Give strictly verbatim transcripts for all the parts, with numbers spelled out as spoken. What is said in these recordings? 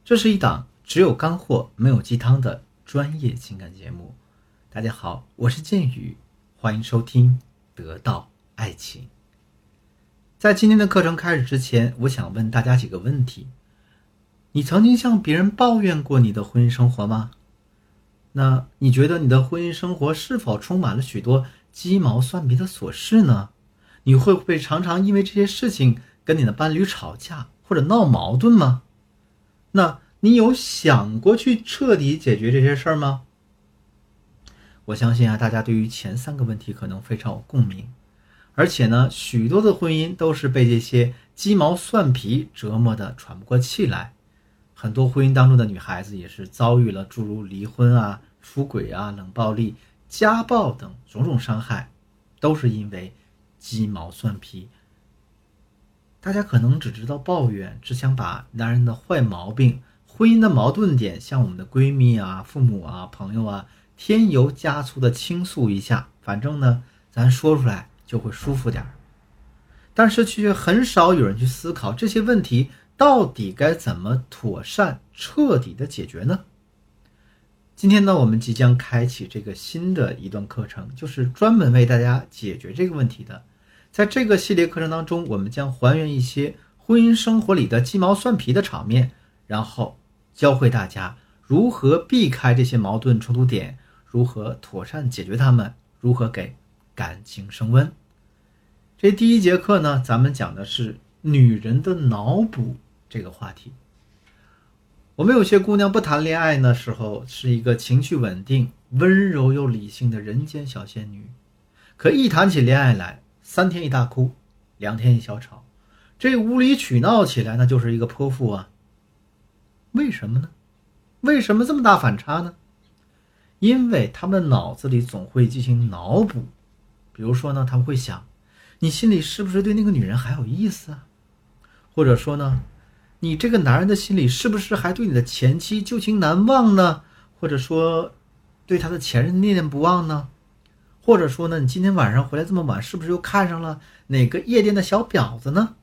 这是一档只有干货没有鸡汤的专业情感节目。大家好，我是剑宇，欢迎收听得到爱情。在今天的课程开始之前，我想问大家几个问题。你曾经向别人抱怨过你的婚姻生活吗？那你觉得你的婚姻生活是否充满了许多鸡毛蒜皮的琐事呢？你会不会常常因为这些事情跟你的伴侣吵架或者闹矛盾吗？那你有想过去彻底解决这些事儿吗？我相信啊，大家对于前三个问题可能非常有共鸣，而且呢，许多的婚姻都是被这些鸡毛蒜皮折磨得喘不过气来。很多婚姻当中的女孩子也是遭遇了诸如离婚啊、出轨啊、冷暴力、家暴等种种伤害，都是因为鸡毛蒜皮。大家可能只知道抱怨，只想把男人的坏毛病、婚姻的矛盾点向我们的闺蜜啊、父母啊、朋友啊添油加醋的倾诉一下，反正呢，咱说出来就会舒服点。但是却很少有人去思考这些问题到底该怎么妥善彻底的解决呢？今天呢，我们即将开启这个新的一段课程，就是专门为大家解决这个问题的。在这个系列课程当中，我们将还原一些婚姻生活里的鸡毛蒜皮的场面，然后教会大家如何避开这些矛盾冲突点，如何妥善解决它们，如何给感情升温。这第一节课呢，咱们讲的是女人的脑补这个话题。我们有些姑娘不谈恋爱的时候是一个情绪稳定、温柔又理性的人间小仙女，可一谈起恋爱来，三天一大哭，两天一小吵，这无理取闹起来那就是一个泼妇啊。为什么呢？为什么这么大反差呢？因为他们脑子里总会进行脑补。比如说呢，他们会想，你心里是不是对那个女人还有意思啊？或者说呢，你这个男人的心里是不是还对你的前妻旧情难忘呢？或者说对他的前任念念不忘呢？或者说呢，你今天晚上回来这么晚，是不是又看上了哪个夜店的小婊子呢？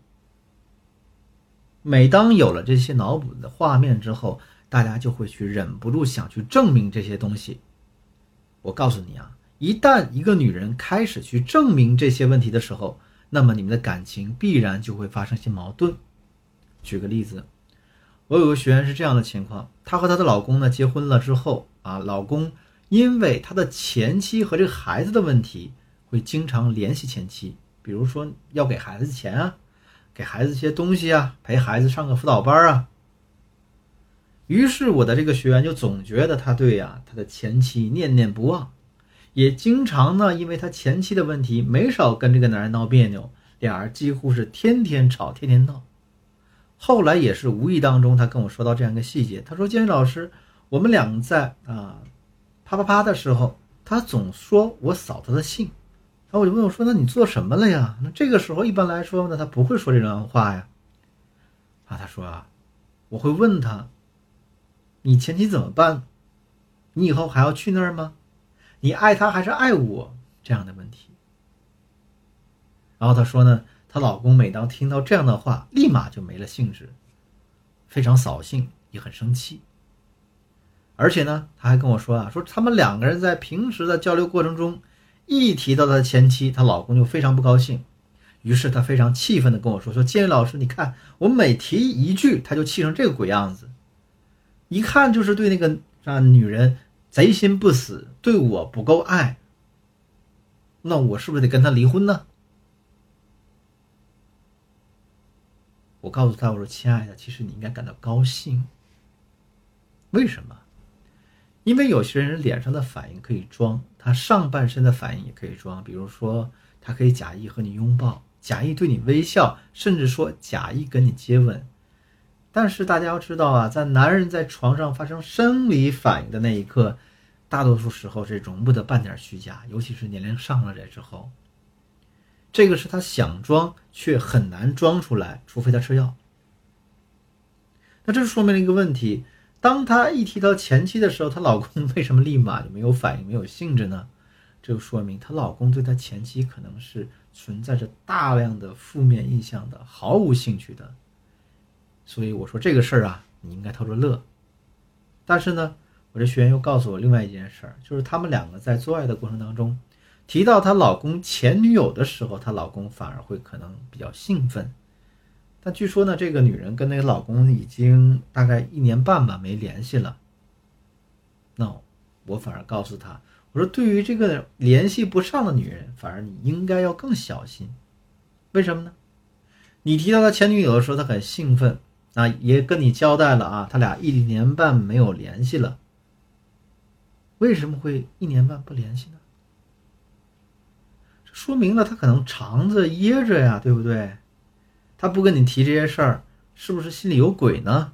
每当有了这些脑补的画面之后，大家就会去忍不住想去证明这些东西。我告诉你啊，一旦一个女人开始去证明这些问题的时候，那么你们的感情必然就会发生些矛盾。举个例子，我有个学员是这样的情况，她和她的老公呢结婚了之后啊，老公因为他的前妻和这个孩子的问题，会经常联系前妻，比如说要给孩子钱啊，给孩子一些东西啊，陪孩子上个辅导班啊。于是我的这个学员就总觉得他对呀、啊，他的前妻念念不忘，也经常呢因为他前妻的问题没少跟这个男人闹别扭，俩人几乎是天天吵天天闹。后来也是无意当中，他跟我说到这样一个细节，他说：建宇老师，我们两个在啊啪啪啪的时候，他总说我扫他的兴。然后我就问我说，那你做什么了呀？那这个时候一般来说呢，他不会说这种话呀。啊，他说啊，我会问他，你前妻怎么办？你以后还要去那儿吗？你爱他还是爱我？这样的问题。然后他说呢，她老公每当听到这样的话，立马就没了兴致，非常扫兴，也很生气。而且呢，他还跟我说啊，说他们两个人在平时的交流过程中，一提到他的前妻，她老公就非常不高兴。于是他非常气愤的跟我说，说建宇老师，你看我每提一句，他就气成这个鬼样子，一看就是对那个啊女人贼心不死，对我不够爱。那我是不是得跟他离婚呢？我告诉他，我说亲爱的，其实你应该感到高兴。为什么？因为有些人脸上的反应可以装，他上半身的反应也可以装。比如说他可以假意和你拥抱，假意对你微笑，甚至说假意跟你接吻。但是大家要知道啊，在男人在床上发生生理反应的那一刻，大多数时候是容不得半点虚假，尤其是年龄上了来之后，这个是他想装却很难装出来，除非他吃药。那这说明了一个问题，当他一提到前妻的时候，她老公为什么立马就没有反应，没有兴致呢？这就说明她老公对她前妻可能是存在着大量的负面印象的，毫无兴趣的。所以我说这个事儿啊， 你应该偷着乐。但是呢，我这学员又告诉我另外一件事儿，就是他们两个在做爱的过程当中，提到她老公前女友的时候，她老公反而会可能比较兴奋。但据说呢，这个女人跟那个老公已经大概一年半吧没联系了。那我反而告诉她，我说对于这个联系不上的女人，反而你应该要更小心。为什么呢？你提到他前女友的时候，他很兴奋啊，也跟你交代了啊，他俩一年半没有联系了。为什么会一年半不联系呢？这说明了他可能藏着掖着呀，对不对？他不跟你提这些事儿，是不是心里有鬼呢？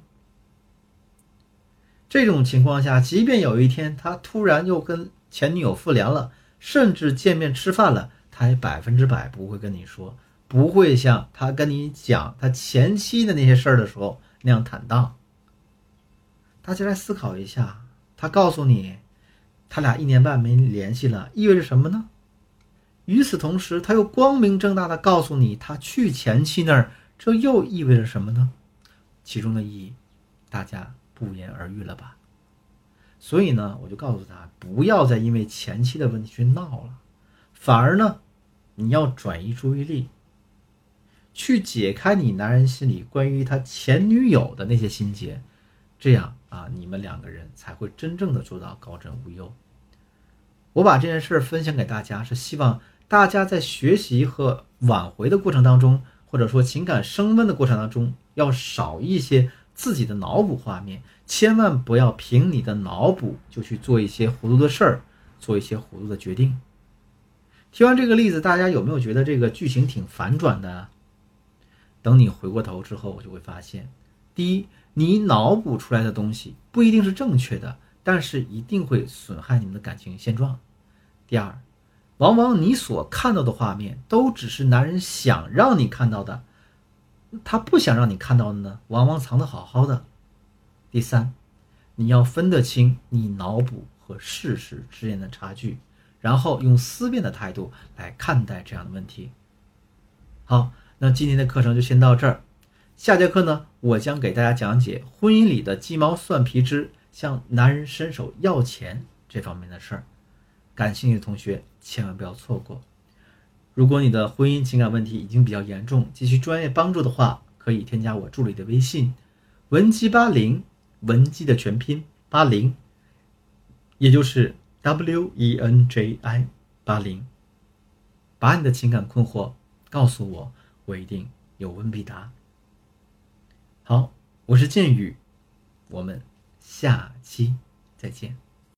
这种情况下，即便有一天他突然又跟前女友复联了，甚至见面吃饭了，他也百分之百不会跟你说，不会像他跟你讲他前妻的那些事儿的时候那样坦荡。大家来思考一下，他告诉你他俩一年半没联系了，意味着什么呢？与此同时，他又光明正大的告诉你他去前妻那儿，这又意味着什么呢？其中的意义大家不言而喻了吧。所以呢，我就告诉他不要再因为前妻的问题去闹了，反而呢，你要转移注意力，去解开你男人心里关于他前女友的那些心结，这样啊，你们两个人才会真正的做到高枕无忧。我把这件事分享给大家，是希望大家在学习和挽回的过程当中，或者说情感升温的过程当中，要少一些自己的脑补画面，千万不要凭你的脑补就去做一些糊涂的事儿，做一些糊涂的决定。听完这个例子，大家有没有觉得这个剧情挺反转的？等你回过头之后，我就会发现，第一，你脑补出来的东西不一定是正确的，但是一定会损害你们的感情现状。第二，往往你所看到的画面都只是男人想让你看到的，他不想让你看到的呢，往往藏得好好的。第三，你要分得清你脑补和事实之间的差距，然后用思辨的态度来看待这样的问题。好，那今天的课程就先到这儿。下节课呢，我将给大家讲解婚姻里的鸡毛蒜皮之向男人伸手要钱这方面的事儿。感兴趣的同学千万不要错过。如果你的婚姻情感问题已经比较严重，急需专业帮助的话，可以添加我助理的微信文姬八零，文姬的全拼八零，也就是 W E N J I 八零，把你的情感困惑告诉我，我一定有问必答。好，我是剑宇，我们下期再见。